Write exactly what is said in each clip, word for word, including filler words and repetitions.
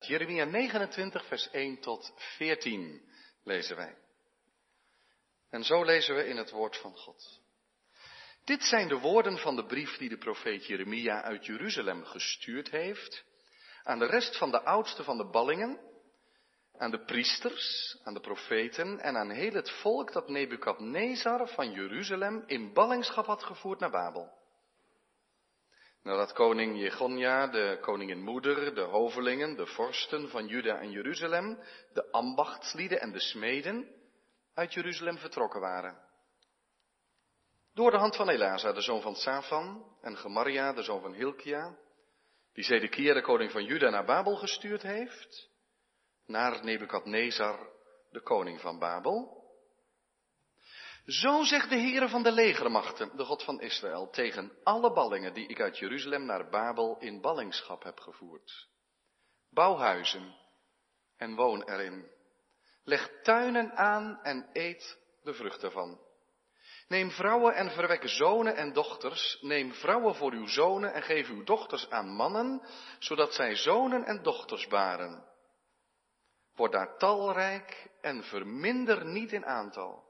Jeremia negenentwintig, vers één tot veertien lezen wij. En zo lezen we in het woord van God. Dit zijn de woorden van de brief die de profeet Jeremia uit Jeruzalem gestuurd heeft aan de rest van de oudsten van de ballingen, aan de priesters, aan de profeten en aan heel het volk dat Nebukadnezar van Jeruzalem in ballingschap had gevoerd naar Babel. Nadat koning Jegonja, de koningin moeder, de hovelingen, de vorsten van Juda en Jeruzalem, de ambachtslieden en de smeden uit Jeruzalem vertrokken waren. Door de hand van Elasa, de zoon van Safan, en Gemaria, de zoon van Hilkia, die Zedekia, de koning van Juda, naar Babel gestuurd heeft, naar Nebukadnezar, de koning van Babel. Zo zegt de Heere van de legermachten, de God van Israël, tegen alle ballingen die ik uit Jeruzalem naar Babel in ballingschap heb gevoerd. Bouw huizen en woon erin. Leg tuinen aan en eet de vrucht ervan. Neem vrouwen en verwek zonen en dochters. Neem vrouwen voor uw zonen en geef uw dochters aan mannen, zodat zij zonen en dochters baren. Word daar talrijk en verminder niet in aantal.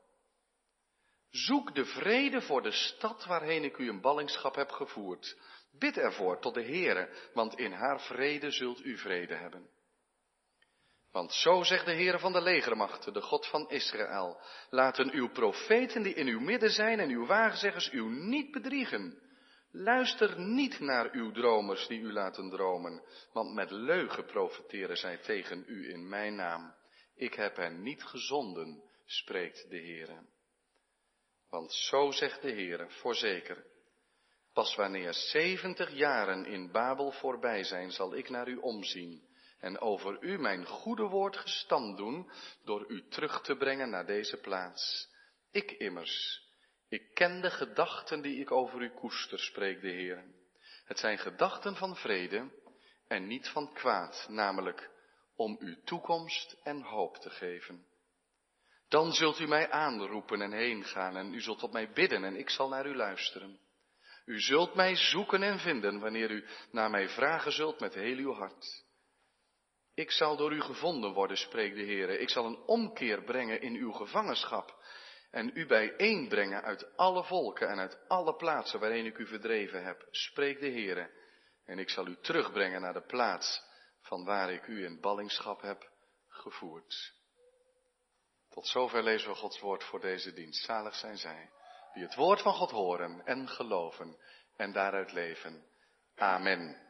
Zoek de vrede voor de stad waarheen ik u in ballingschap heb gevoerd. Bid ervoor tot de Heere, want in haar vrede zult u vrede hebben. Want zo zegt de Heere van de legermachten, de God van Israël, laten uw profeten die in uw midden zijn en uw wagenzeggers u niet bedriegen. Luister niet naar uw dromers die u laten dromen, want met leugen profeteren zij tegen u in mijn naam. Ik heb hen niet gezonden, spreekt de Heere. Want zo zegt de Heere, voorzeker, pas wanneer zeventig jaren in Babel voorbij zijn, zal ik naar u omzien en over u mijn goede woord gestand doen, door u terug te brengen naar deze plaats. Ik immers, ik ken de gedachten die ik over u koester, spreekt de Heer. Het zijn gedachten van vrede en niet van kwaad, namelijk om u toekomst en hoop te geven. Dan zult u mij aanroepen en heen gaan en u zult tot mij bidden en ik zal naar u luisteren. U zult mij zoeken en vinden wanneer u naar mij vragen zult met heel uw hart. Ik zal door u gevonden worden, spreekt de Heer. Ik zal een omkeer brengen in uw gevangenschap en u bijeenbrengen uit alle volken en uit alle plaatsen waarin ik u verdreven heb, spreekt de Heer. En ik zal u terugbrengen naar de plaats van waar ik u in ballingschap heb gevoerd. Tot zover lezen we Gods woord voor deze dienst. Zalig zijn zij die het woord van God horen en geloven en daaruit leven. Amen.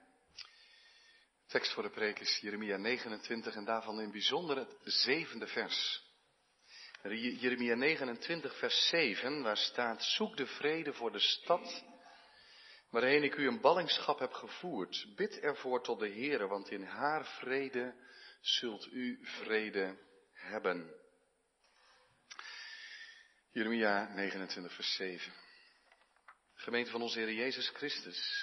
De tekst voor de preek is Jeremia negenentwintig en daarvan in bijzonder het zevende vers. Jeremia negenentwintig vers zeven, waar staat: zoek de vrede voor de stad waarheen ik u in ballingschap heb gevoerd. Bid ervoor tot de Heere, want in haar vrede zult u vrede hebben. Jeremia negenentwintig vers zeven. Gemeente van onze Heer Jezus Christus.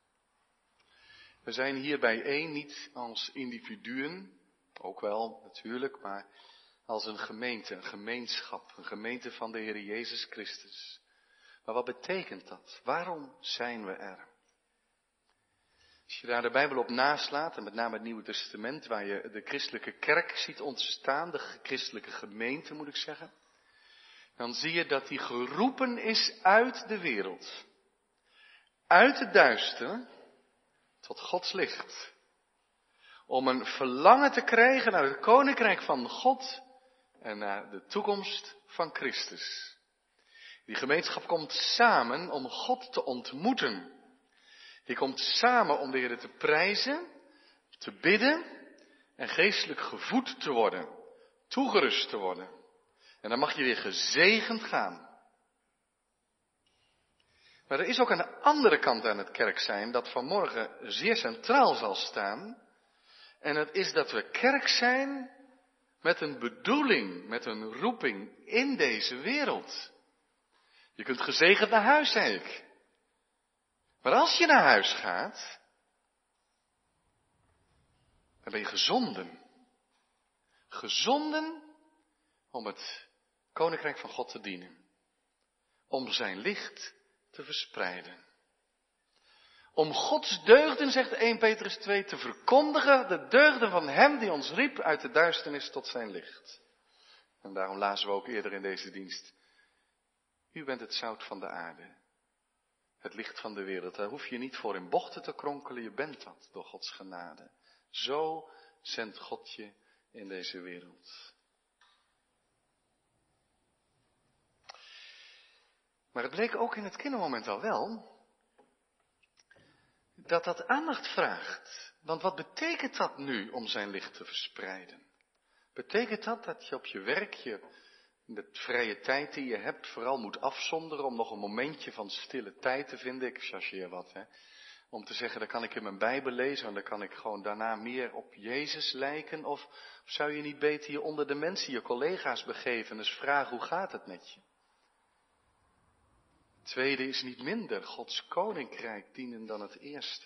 We zijn hier bijeen niet als individuen, ook wel natuurlijk, maar als een gemeente, een gemeenschap, een gemeente van de Heer Jezus Christus. Maar wat betekent dat? Waarom zijn we er? Als je daar de Bijbel op naslaat, en met name het Nieuwe Testament, waar je de christelijke kerk ziet ontstaan, de christelijke gemeente moet ik zeggen, dan zie je dat die geroepen is uit de wereld. Uit het duister tot Gods licht. Om een verlangen te krijgen naar het koninkrijk van God en naar de toekomst van Christus. Die gemeenschap komt samen om God te ontmoeten. Die komt samen om de Heer te prijzen, te bidden en geestelijk gevoed te worden, toegerust te worden. En dan mag je weer gezegend gaan. Maar er is ook een andere kant aan het kerk zijn dat vanmorgen zeer centraal zal staan. En dat is dat we kerk zijn met een bedoeling, met een roeping in deze wereld. Je kunt gezegend naar huis, zei ik. Maar als je naar huis gaat, dan ben je gezonden. Gezonden om het koninkrijk van God te dienen. Om zijn licht te verspreiden. Om Gods deugden, zegt Eerste Petrus twee, te verkondigen, de deugden van hem die ons riep uit de duisternis tot zijn licht. En daarom lazen we ook eerder in deze dienst. U bent het zout van de aarde. Het licht van de wereld. Daar hoef je niet voor in bochten te kronkelen. Je bent dat door Gods genade. Zo zendt God je in deze wereld. Maar het bleek ook in het kindermoment al wel dat dat aandacht vraagt. Want wat betekent dat nu om zijn licht te verspreiden? Betekent dat dat je op je werk, je, de vrije tijd die je hebt, vooral moet afzonderen om nog een momentje van stille tijd te vinden? Ik chargeer wat, hè. Om te zeggen, dan kan ik in mijn Bijbel lezen en dan kan ik gewoon daarna meer op Jezus lijken. Of, of zou je niet beter je onder de mensen, je collega's begeven en eens vragen, hoe gaat het met je? Het tweede is niet minder, Gods koninkrijk dienen dan het eerste.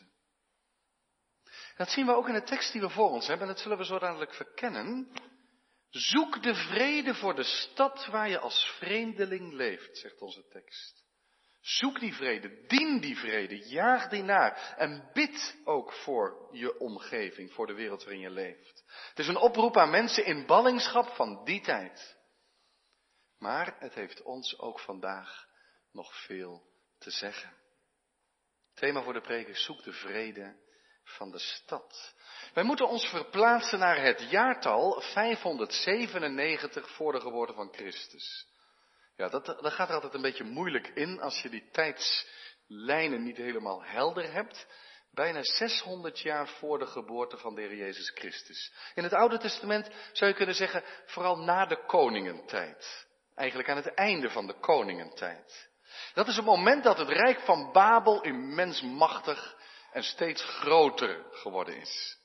Dat zien we ook in de tekst die we voor ons hebben en dat zullen we zo dadelijk verkennen. Zoek de vrede voor de stad waar je als vreemdeling leeft, zegt onze tekst. Zoek die vrede, dien die vrede, jaag die naar en bid ook voor je omgeving, voor de wereld waarin je leeft. Het is een oproep aan mensen in ballingschap van die tijd. Maar het heeft ons ook vandaag nog veel te zeggen. Het thema voor de preek is zoek de vrede van de stad. Wij moeten ons verplaatsen naar het jaartal vijfhonderdzevenennegentig voor de geboorte van Christus. Ja, dat, dat gaat er altijd een beetje moeilijk in als je die tijdslijnen niet helemaal helder hebt. Bijna zeshonderd jaar voor de geboorte van de Heer Jezus Christus. In het Oude Testament zou je kunnen zeggen, vooral na de koningentijd. Eigenlijk aan het einde van de koningentijd. Dat is het moment dat het rijk van Babel immens machtig en steeds groter geworden is.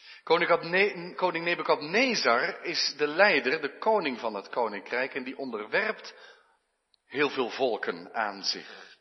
Koning Nebukadnezar is de leider, de koning van het koninkrijk en die onderwerpt heel veel volken aan zich.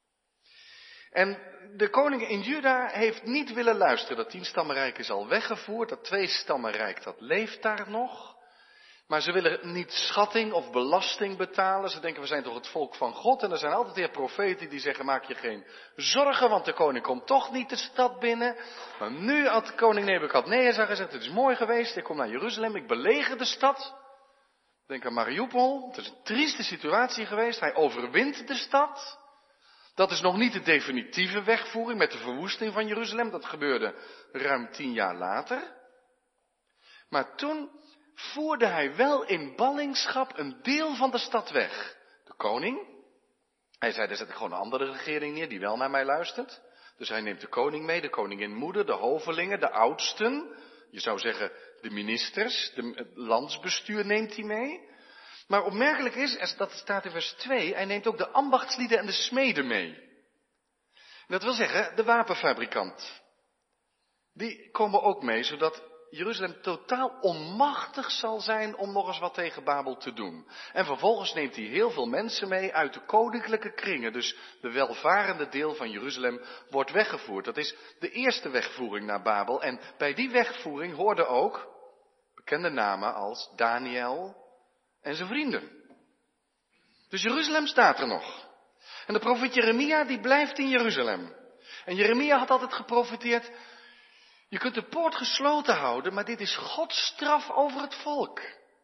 En de koning in Juda heeft niet willen luisteren. Dat tienstammenrijk is al weggevoerd, dat tweestammenrijk dat leeft daar nog. Maar ze willen niet schatting of belasting betalen. Ze denken, we zijn toch het volk van God. En er zijn altijd weer profeten die zeggen, maak je geen zorgen, want de koning komt toch niet de stad binnen. Maar nu had koning Nebukadnezar gezegd, het is mooi geweest, ik kom naar Jeruzalem, ik beleger de stad. Denk aan Mariupol, het is een trieste situatie geweest, hij overwint de stad. Dat is nog niet de definitieve wegvoering met de verwoesting van Jeruzalem, dat gebeurde ruim tien jaar later. Maar toen voerde hij wel in ballingschap een deel van de stad weg. De koning, hij zei, daar zet ik gewoon een andere regering neer die wel naar mij luistert. Dus hij neemt de koning mee, de koninginmoeder, de hovelingen, de oudsten. Je zou zeggen, de ministers, de, het landsbestuur neemt hij mee. Maar opmerkelijk is, dat staat in vers twee, hij neemt ook de ambachtslieden en de smeden mee. Dat wil zeggen, de wapenfabrikant. Die komen ook mee, zodat Jeruzalem totaal onmachtig zal zijn om nog eens wat tegen Babel te doen. En vervolgens neemt hij heel veel mensen mee uit de koninklijke kringen. Dus de welvarende deel van Jeruzalem wordt weggevoerd. Dat is de eerste wegvoering naar Babel. En bij die wegvoering hoorden ook bekende namen als Daniel en zijn vrienden. Dus Jeruzalem staat er nog. En de profeet Jeremia die blijft in Jeruzalem. En Jeremia had altijd geprofeteerd, je kunt de poort gesloten houden, maar dit is Gods straf over het volk.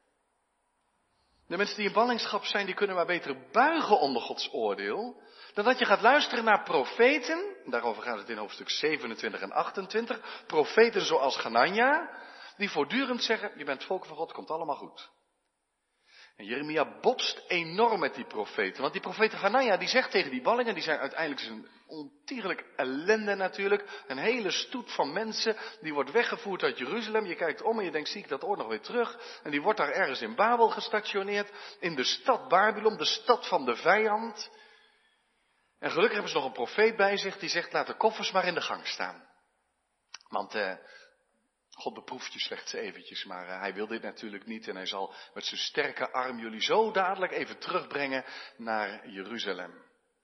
De mensen die in ballingschap zijn, die kunnen maar beter buigen onder Gods oordeel, dan dat je gaat luisteren naar profeten, daarover gaat het in hoofdstuk zevenentwintig en achtentwintig, profeten zoals Hanania, die voortdurend zeggen, je bent volk van God, komt allemaal goed. En Jeremia botst enorm met die profeten. Want die profeten Hanania, die zegt tegen die ballingen, die zijn uiteindelijk een ontiegelijk ellende natuurlijk. Een hele stoet van mensen, die wordt weggevoerd uit Jeruzalem. Je kijkt om en je denkt, zie ik dat ooit nog weer terug? En die wordt daar ergens in Babel gestationeerd. In de stad Babylon, de stad van de vijand. En gelukkig hebben ze nog een profeet bij zich, die zegt, laat de koffers maar in de gang staan. Want eh, God beproeft je slechts eventjes, maar uh, hij wil dit natuurlijk niet en hij zal met zijn sterke arm jullie zo dadelijk even terugbrengen naar Jeruzalem.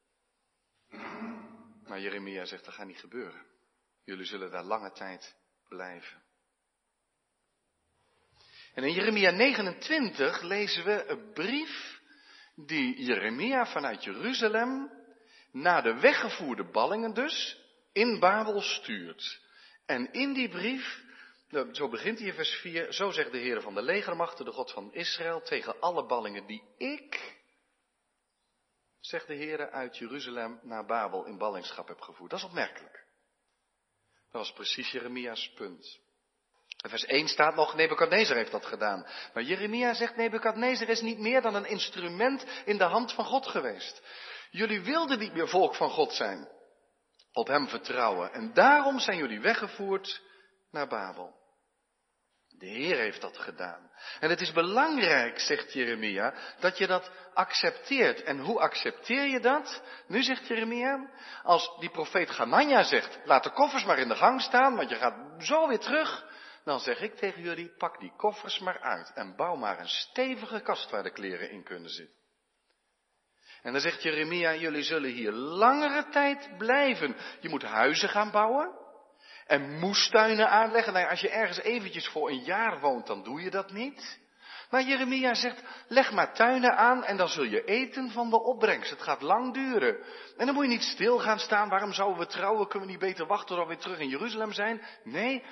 Maar Jeremia zegt, dat gaat niet gebeuren. Jullie zullen daar lange tijd blijven. En in Jeremia negenentwintig lezen we een brief die Jeremia vanuit Jeruzalem naar de weggevoerde ballingen dus, in Babel stuurt. En in die brief, zo begint hij in vers vier, zo zegt de Heer van de legermachten, de God van Israël, tegen alle ballingen die ik, zegt de Heer, uit Jeruzalem naar Babel in ballingschap heb gevoerd. Dat is opmerkelijk. Dat was precies Jeremia's punt. In vers één staat nog, Nebukadnezar heeft dat gedaan. Maar Jeremia zegt, Nebukadnezar is niet meer dan een instrument in de hand van God geweest. Jullie wilden niet meer volk van God zijn. Op hem vertrouwen. En daarom zijn jullie weggevoerd naar Babel. De Heer heeft dat gedaan. En het is belangrijk, zegt Jeremia, dat je dat accepteert. En hoe accepteer je dat? Nu zegt Jeremia, als die profeet Ganania zegt, laat de koffers maar in de gang staan, want je gaat zo weer terug. Dan zeg ik tegen jullie, pak die koffers maar uit en bouw maar een stevige kast waar de kleren in kunnen zitten. En dan zegt Jeremia, jullie zullen hier langere tijd blijven. Je moet huizen gaan bouwen en moestuinen aanleggen. Nou ja, als je ergens eventjes voor een jaar woont, dan doe je dat niet. Maar Jeremia zegt, leg maar tuinen aan en dan zul je eten van de opbrengst. Het gaat lang duren. En dan moet je niet stil gaan staan, waarom zouden we trouwen? Kunnen we niet beter wachten tot we weer terug in Jeruzalem zijn? Nee.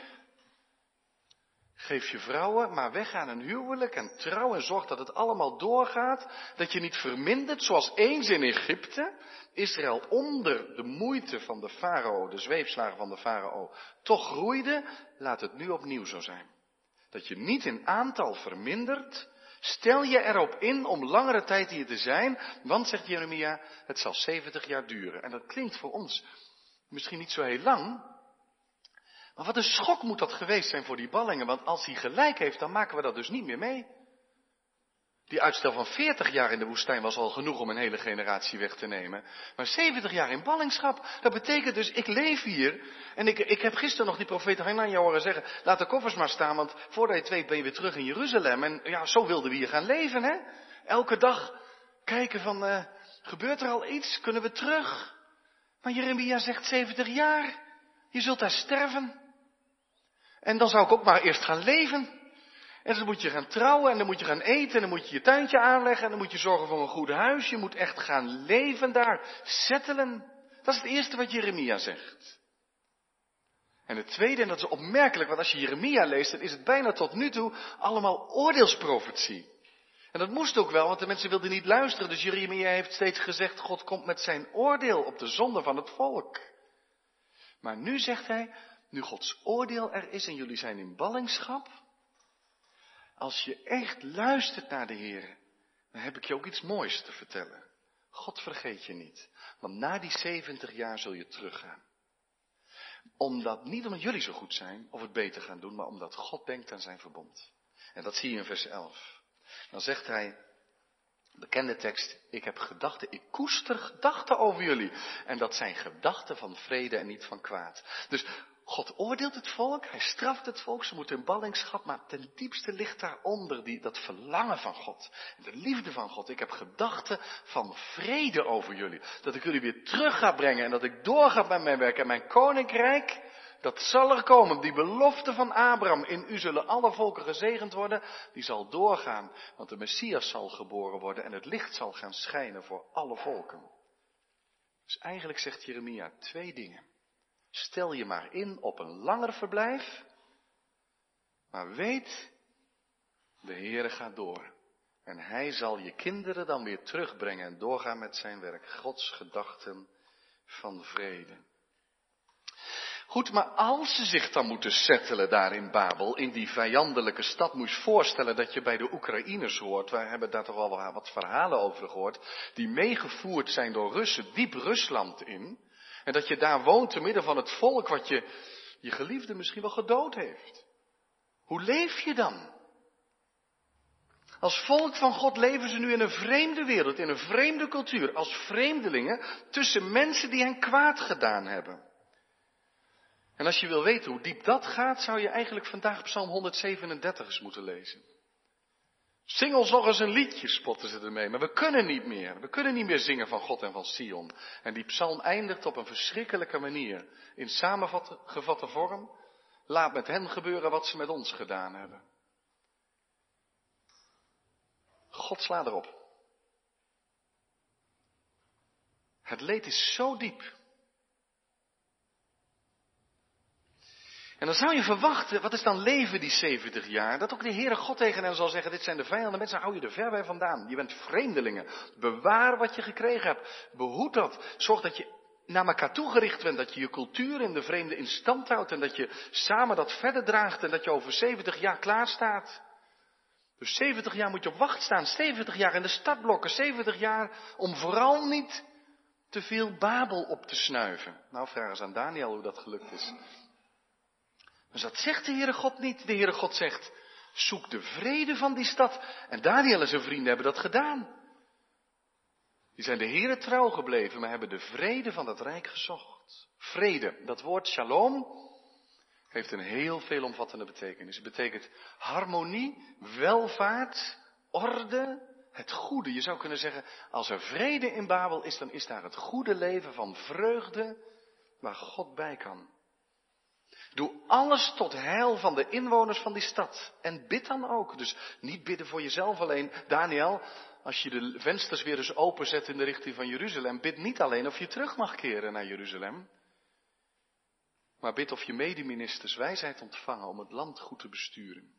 Geef je vrouwen maar weg aan een huwelijk en trouw en zorg dat het allemaal doorgaat. Dat je niet vermindert zoals eens in Egypte. Israël onder de moeite van de farao, de zweepslagen van de farao, toch groeide. Laat het nu opnieuw zo zijn. Dat je niet in aantal vermindert. Stel je erop in om langere tijd hier te zijn. Want, zegt Jeremia, het zal zeventig jaar duren. En dat klinkt voor ons misschien niet zo heel lang. Maar wat een schok moet dat geweest zijn voor die ballingen, want als hij gelijk heeft, dan maken we dat dus niet meer mee. Die uitstel van veertig jaar in de woestijn was al genoeg om een hele generatie weg te nemen. Maar zeventig jaar in ballingschap, dat betekent dus, ik leef hier. En ik, ik heb gisteren nog die profeet Hanania horen zeggen, laat de koffers maar staan, want voordat je het weet ben je weer terug in Jeruzalem. En ja, zo wilden we hier gaan leven, hè. Elke dag kijken van, uh, gebeurt er al iets? Kunnen we terug? Maar Jeremia zegt zeventig jaar, je zult daar sterven. En dan zou ik ook maar eerst gaan leven. En dan moet je gaan trouwen en dan moet je gaan eten en dan moet je je tuintje aanleggen en dan moet je zorgen voor een goed huis. Je moet echt gaan leven daar, settelen. Dat is het eerste wat Jeremia zegt. En het tweede, en dat is opmerkelijk, want als je Jeremia leest, dan is het bijna tot nu toe allemaal oordeelsprofetie. En dat moest ook wel, want de mensen wilden niet luisteren. Dus Jeremia heeft steeds gezegd, God komt met zijn oordeel op de zonde van het volk. Maar nu zegt hij, nu Gods oordeel er is en jullie zijn in ballingschap. Als je echt luistert naar de Heer, dan heb ik je ook iets moois te vertellen. God vergeet je niet. Want na die zeventig jaar zul je teruggaan. Omdat, niet omdat jullie zo goed zijn of het beter gaan doen, maar omdat God denkt aan zijn verbond. En dat zie je in vers elf. Dan zegt hij, bekende tekst, ik heb gedachten, ik koester gedachten over jullie. En dat zijn gedachten van vrede en niet van kwaad. Dus God oordeelt het volk, hij straft het volk, ze moeten in ballingschap, maar ten diepste ligt daaronder die, dat verlangen van God. En de liefde van God. Ik heb gedachten van vrede over jullie. Dat ik jullie weer terug ga brengen en dat ik doorga met mijn werk. En mijn koninkrijk, dat zal er komen. Die belofte van Abraham, in u zullen alle volken gezegend worden, die zal doorgaan. Want de Messias zal geboren worden en het licht zal gaan schijnen voor alle volken. Dus eigenlijk zegt Jeremia twee dingen. Stel je maar in op een langer verblijf, maar weet, de Heere gaat door. En hij zal je kinderen dan weer terugbrengen en doorgaan met zijn werk. Gods gedachten van vrede. Goed, maar als ze zich dan moeten settelen daar in Babel, in die vijandelijke stad, moet je voorstellen dat je bij de Oekraïners hoort, we hebben daar toch al wat verhalen over gehoord, die meegevoerd zijn door Russen, diep Rusland in. En dat je daar woont te midden van het volk wat je, je geliefde misschien wel gedood heeft. Hoe leef je dan? Als volk van God leven ze nu in een vreemde wereld, in een vreemde cultuur, als vreemdelingen tussen mensen die hen kwaad gedaan hebben. En als je wil weten hoe diep dat gaat, zou je eigenlijk vandaag Psalm honderdzevenendertig eens moeten lezen. Zing ons nog eens een liedje, spotten ze ermee. Maar we kunnen niet meer. We kunnen niet meer zingen van God en van Sion. En die psalm eindigt op een verschrikkelijke manier. In samengevatte vorm. Laat met hen gebeuren wat ze met ons gedaan hebben. God sla erop. Het leed is zo diep. En dan zou je verwachten, wat is dan leven die zeventig jaar? Dat ook de Heere God tegen hen zal zeggen, dit zijn de vijanden mensen, hou je er ver bij vandaan. Je bent vreemdelingen. Bewaar wat je gekregen hebt. Behoed dat. Zorg dat je naar elkaar toegericht bent, dat je je cultuur in de vreemde in stand houdt en dat je samen dat verder draagt en dat je over zeventig jaar klaar staat. Dus zeventig jaar moet je op wacht staan, zeventig jaar in de startblokken, zeventig jaar om vooral niet te veel Babel op te snuiven. Nou, vraag eens aan Daniel hoe dat gelukt is. Dus dat zegt de Heere God niet. De Heere God zegt, zoek de vrede van die stad. En Daniel en zijn vrienden hebben dat gedaan. Die zijn de Heere trouw gebleven, maar hebben de vrede van dat rijk gezocht. Vrede, dat woord shalom, heeft een heel veelomvattende betekenis. Het betekent harmonie, welvaart, orde, het goede. Je zou kunnen zeggen, als er vrede in Babel is, dan is daar het goede leven van vreugde waar God bij kan. Doe alles tot heil van de inwoners van die stad. En bid dan ook. Dus niet bidden voor jezelf alleen. Daniel, als je de vensters weer eens openzet in de richting van Jeruzalem, bid niet alleen of je terug mag keren naar Jeruzalem. Maar bid of je medeministers wijsheid ontvangen om het land goed te besturen.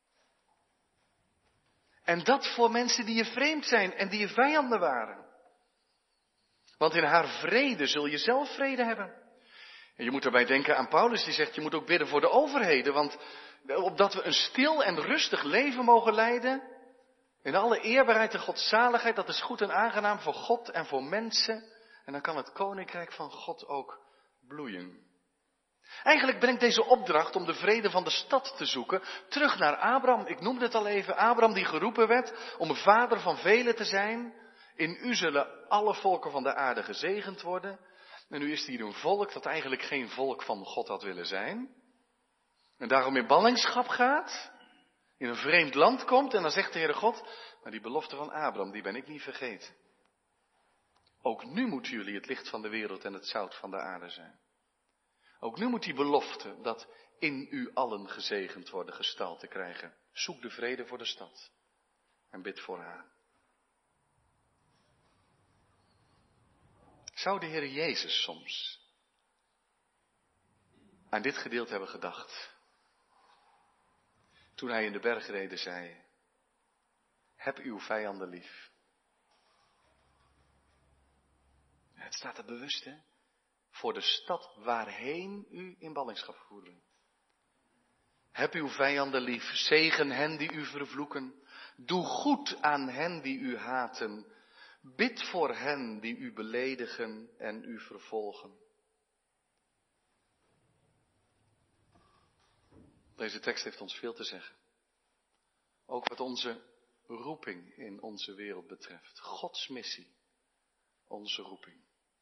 En dat voor mensen die je vreemd zijn en die je vijanden waren. Want in haar vrede zul je zelf vrede hebben. En je moet erbij denken aan Paulus die zegt, je moet ook bidden voor de overheden. Want opdat we een stil en rustig leven mogen leiden. In alle eerbaarheid en godzaligheid, dat is goed en aangenaam voor God en voor mensen. En dan kan het koninkrijk van God ook bloeien. Eigenlijk brengt deze opdracht om de vrede van de stad te zoeken terug naar Abraham. Ik noemde het al even, Abraham die geroepen werd om vader van velen te zijn. In u zullen alle volken van de aarde gezegend worden. En nu is hier een volk dat eigenlijk geen volk van God had willen zijn. En daarom in ballingschap gaat. In een vreemd land komt en dan zegt de Heere God, maar die belofte van Abraham, die ben ik niet vergeten. Ook nu moeten jullie het licht van de wereld en het zout van de aarde zijn. Ook nu moet die belofte dat in u allen gezegend worden gestalte krijgen. Zoek de vrede voor de stad en bid voor haar. Zou de Heer Jezus soms aan dit gedeelte hebben gedacht? Toen hij in de bergreden zei, heb uw vijanden lief. Het staat er bewust, hè? Voor de stad waarheen u in ballingschap voerde. Heb uw vijanden lief, zegen hen die u vervloeken. Doe goed aan hen die u haten. Bid voor hen die u beledigen en u vervolgen. Deze tekst heeft ons veel te zeggen. Ook wat onze roeping in onze wereld betreft. Gods missie. Onze roeping.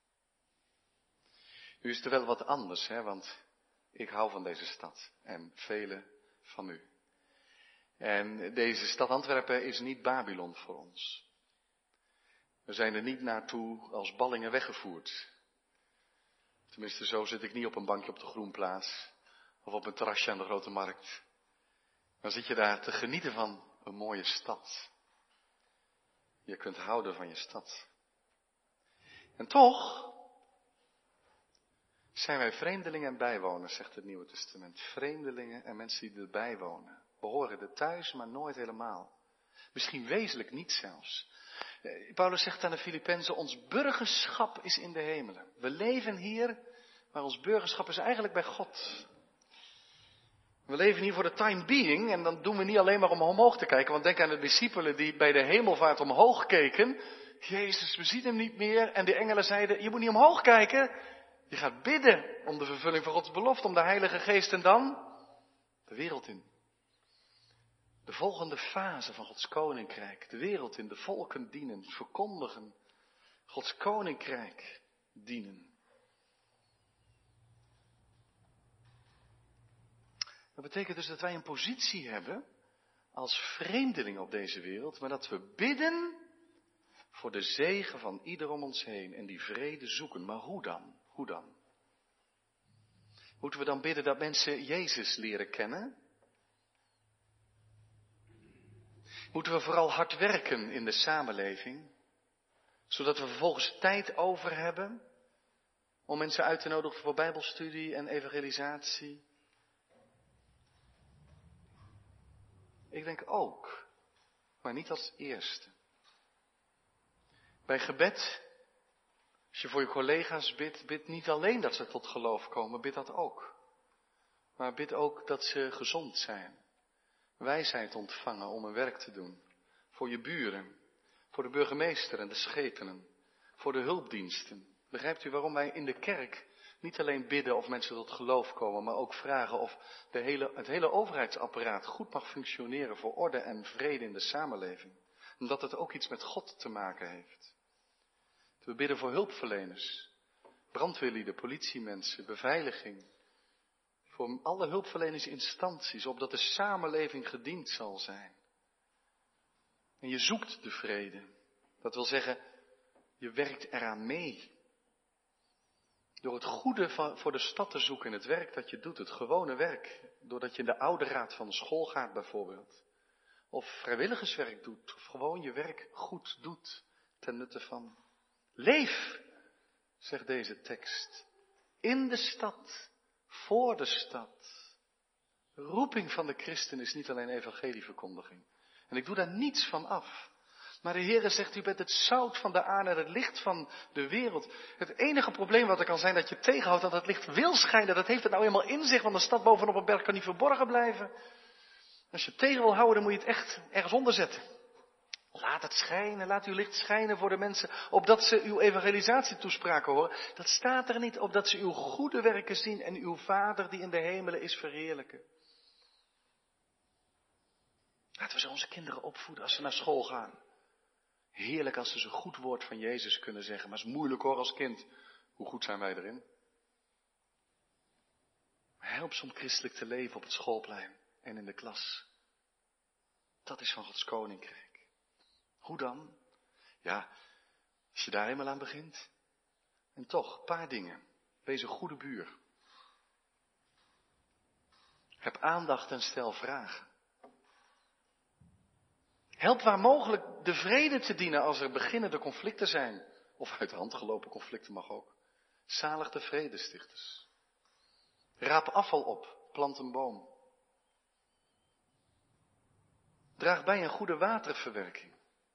Nu is het wel wat anders, hè, want ik hou van deze stad en velen van u. En deze stad Antwerpen is niet Babylon voor ons. We zijn er niet naartoe als ballingen weggevoerd. Tenminste, zo zit ik niet op een bankje op de Groenplaats of op een terrasje aan de Grote Markt. Dan zit je daar te genieten van een mooie stad. Je kunt houden van je stad. En toch zijn wij vreemdelingen en bijwoners, zegt het Nieuwe Testament. Vreemdelingen en mensen die erbij wonen. We horen er thuis, maar nooit helemaal. Misschien wezenlijk niet zelfs. Paulus zegt aan de Filippenzen, ons burgerschap is in de hemelen. We leven hier, maar ons burgerschap is eigenlijk bij God. We leven hier voor de time being en dan doen we niet alleen maar om omhoog te kijken. Want denk aan de discipelen die bij de hemelvaart omhoog keken. Jezus, we zien hem niet meer. En de engelen zeiden, je moet niet omhoog kijken. Je gaat bidden om de vervulling van Gods belofte, om de Heilige Geest en dan de wereld in. De volgende fase van Gods koninkrijk, de wereld in, de volken dienen, verkondigen, Gods koninkrijk dienen. Dat betekent dus dat wij een positie hebben als vreemdelingen op deze wereld, maar dat we bidden voor de zegen van ieder om ons heen en die vrede zoeken. Maar hoe dan? Hoe dan? Moeten we dan bidden dat mensen Jezus leren kennen? Moeten we vooral hard werken in de samenleving, zodat we vervolgens tijd over hebben om mensen uit te nodigen voor bijbelstudie en evangelisatie? Ik denk ook, maar niet als eerste. Bij gebed, als je voor je collega's bidt, bid niet alleen dat ze tot geloof komen, bid dat ook. Maar bid ook dat ze gezond zijn, wijsheid ontvangen om een werk te doen. Voor je buren, voor de burgemeester en de schepenen, voor de hulpdiensten. Begrijpt u waarom wij in de kerk niet alleen bidden of mensen tot geloof komen, maar ook vragen of de hele, het hele overheidsapparaat goed mag functioneren voor orde en vrede in de samenleving. Omdat het ook iets met God te maken heeft. We bidden voor hulpverleners, brandweerlieden, politiemensen, beveiliging. Voor alle hulpverleningsinstanties, opdat de samenleving gediend zal zijn. En je zoekt de vrede. Dat wil zeggen, je werkt eraan mee. Door het goede voor de stad te zoeken in het werk dat je doet, het gewone werk. Doordat je in de ouderraad van de school gaat bijvoorbeeld. Of vrijwilligerswerk doet, of gewoon je werk goed doet ten nutte van. Leef, zegt deze tekst, in de stad, voor de stad. De roeping van de christen is niet alleen evangelieverkondiging. En ik doe daar niets van af. Maar de Heere zegt, u bent het zout van de aarde en het licht van de wereld. Het enige probleem wat er kan zijn dat je tegenhoudt dat het licht wil schijnen, dat heeft het nou eenmaal in zich, want de stad bovenop een berg kan niet verborgen blijven. Als je het tegen wil houden, dan moet je het echt ergens onder zetten. Laat het schijnen, laat uw licht schijnen voor de mensen, opdat ze uw evangelisatietoespraken horen. Dat staat er niet, opdat ze uw goede werken zien en uw Vader die in de hemelen is verheerlijken. Laten we zo onze kinderen opvoeden als ze naar school gaan. Heerlijk als ze zo'n goed woord van Jezus kunnen zeggen, maar het is moeilijk hoor als kind. Hoe goed zijn wij erin? Maar help ze om christelijk te leven op het schoolplein en in de klas. Dat is van Gods koninkrijk. Hoe dan? Ja, als je daar eenmaal aan begint. En toch, een paar dingen. Wees een goede buur. Heb aandacht en stel vragen. Help waar mogelijk de vrede te dienen als er beginnende conflicten zijn. Of uit de hand gelopen conflicten mag ook. Zalig de vredestichters. Raap afval op, plant een boom. Draag bij een goede waterverwerking.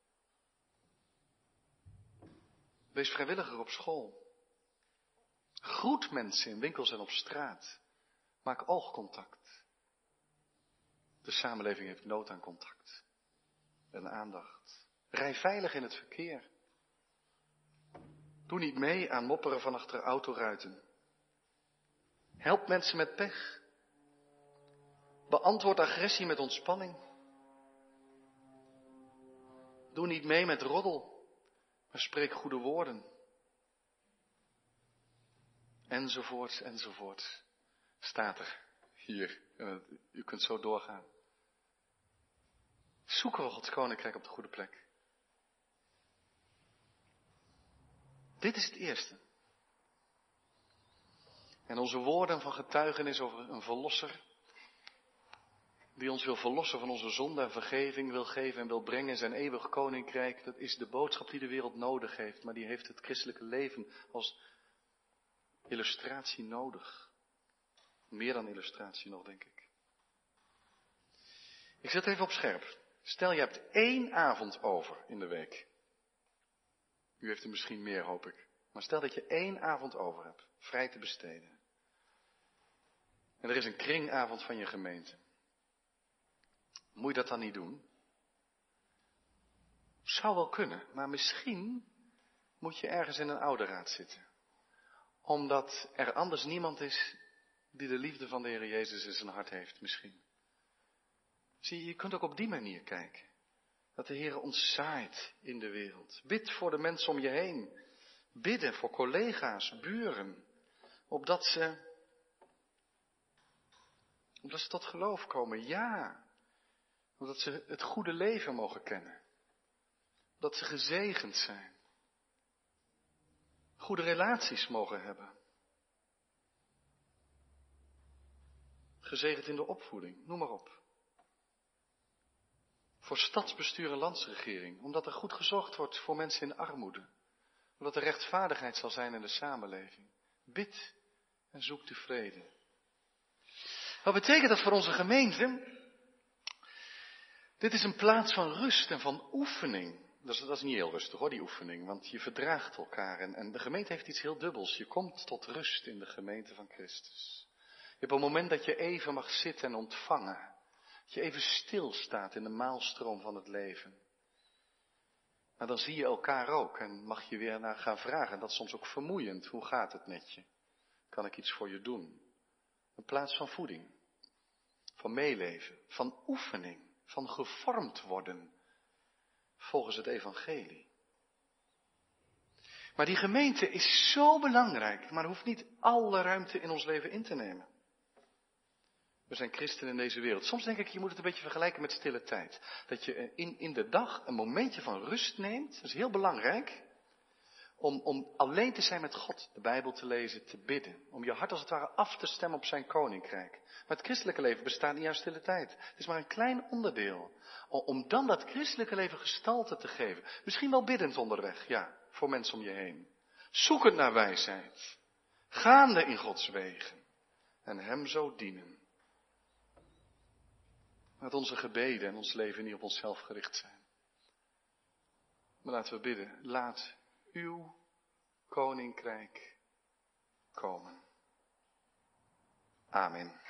Wees vrijwilliger op school. Groet mensen in winkels en op straat. Maak oogcontact. De samenleving heeft nood aan contact en aandacht. Rij veilig in het verkeer. Doe niet mee aan mopperen van achter autoruiten. Help mensen met pech. Beantwoord agressie met ontspanning. Doe niet mee met roddel, maar spreek goede woorden. Enzovoorts, enzovoorts. Staat er hier. U kunt zo doorgaan. Zoeken we Gods koninkrijk op de goede plek. Dit is het eerste. En onze woorden van getuigenis over een verlosser, die ons wil verlossen van onze zonde en vergeving, wil geven en wil brengen in zijn eeuwig koninkrijk, dat is de boodschap die de wereld nodig heeft, maar die heeft het christelijke leven als illustratie nodig. Meer dan illustratie nog, denk ik. Ik zet even op scherp. Stel, je hebt één avond over in de week. U heeft er misschien meer, hoop ik. Maar stel dat je één avond over hebt, vrij te besteden. En er is een kringavond van je gemeente. Moet je dat dan niet doen? Zou wel kunnen, maar misschien moet je ergens in een ouderraad zitten. Omdat er anders niemand is die de liefde van de Heer Jezus in zijn hart heeft, misschien. Zie je, je kunt ook op die manier kijken. Dat de Heer ons zaait in de wereld. Bid voor de mensen om je heen. Bidden voor collega's, buren. Opdat ze, opdat ze tot geloof komen. Ja. Opdat ze het goede leven mogen kennen. Dat ze gezegend zijn. Goede relaties mogen hebben. Gezegend in de opvoeding, noem maar op. Voor stadsbestuur en landsregering, omdat er goed gezorgd wordt voor mensen in armoede. Omdat er rechtvaardigheid zal zijn in de samenleving. Bid en zoek de vrede. Wat betekent dat voor onze gemeente? Dit is een plaats van rust en van oefening. Dat is, dat is niet heel rustig hoor, die oefening, want je verdraagt elkaar. En, en de gemeente heeft iets heel dubbels. Je komt tot rust in de gemeente van Christus. Je hebt een moment dat je even mag zitten en ontvangen. Dat je even stilstaat in de maalstroom van het leven. Maar dan zie je elkaar ook en mag je weer naar gaan vragen. Dat is soms ook vermoeiend. Hoe gaat het met je? Kan ik iets voor je doen? Een plaats van voeding. Van meeleven. Van oefening. Van gevormd worden. Volgens het evangelie. Maar die gemeente is zo belangrijk. Maar hoeft niet alle ruimte in ons leven in te nemen. We zijn christenen in deze wereld. Soms denk ik, je moet het een beetje vergelijken met stille tijd. Dat je in, in de dag een momentje van rust neemt. Dat is heel belangrijk. Om, om alleen te zijn met God, de Bijbel te lezen, te bidden. Om je hart als het ware af te stemmen op zijn koninkrijk. Maar het christelijke leven bestaat niet uit stille tijd. Het is maar een klein onderdeel. Om dan dat christelijke leven gestalte te geven. Misschien wel biddend onderweg, ja, voor mensen om je heen. Zoekend naar wijsheid. Gaande in Gods wegen. En hem zo dienen. Dat onze gebeden en ons leven niet op onszelf gericht zijn. Maar laten we bidden, laat uw koninkrijk komen. Amen.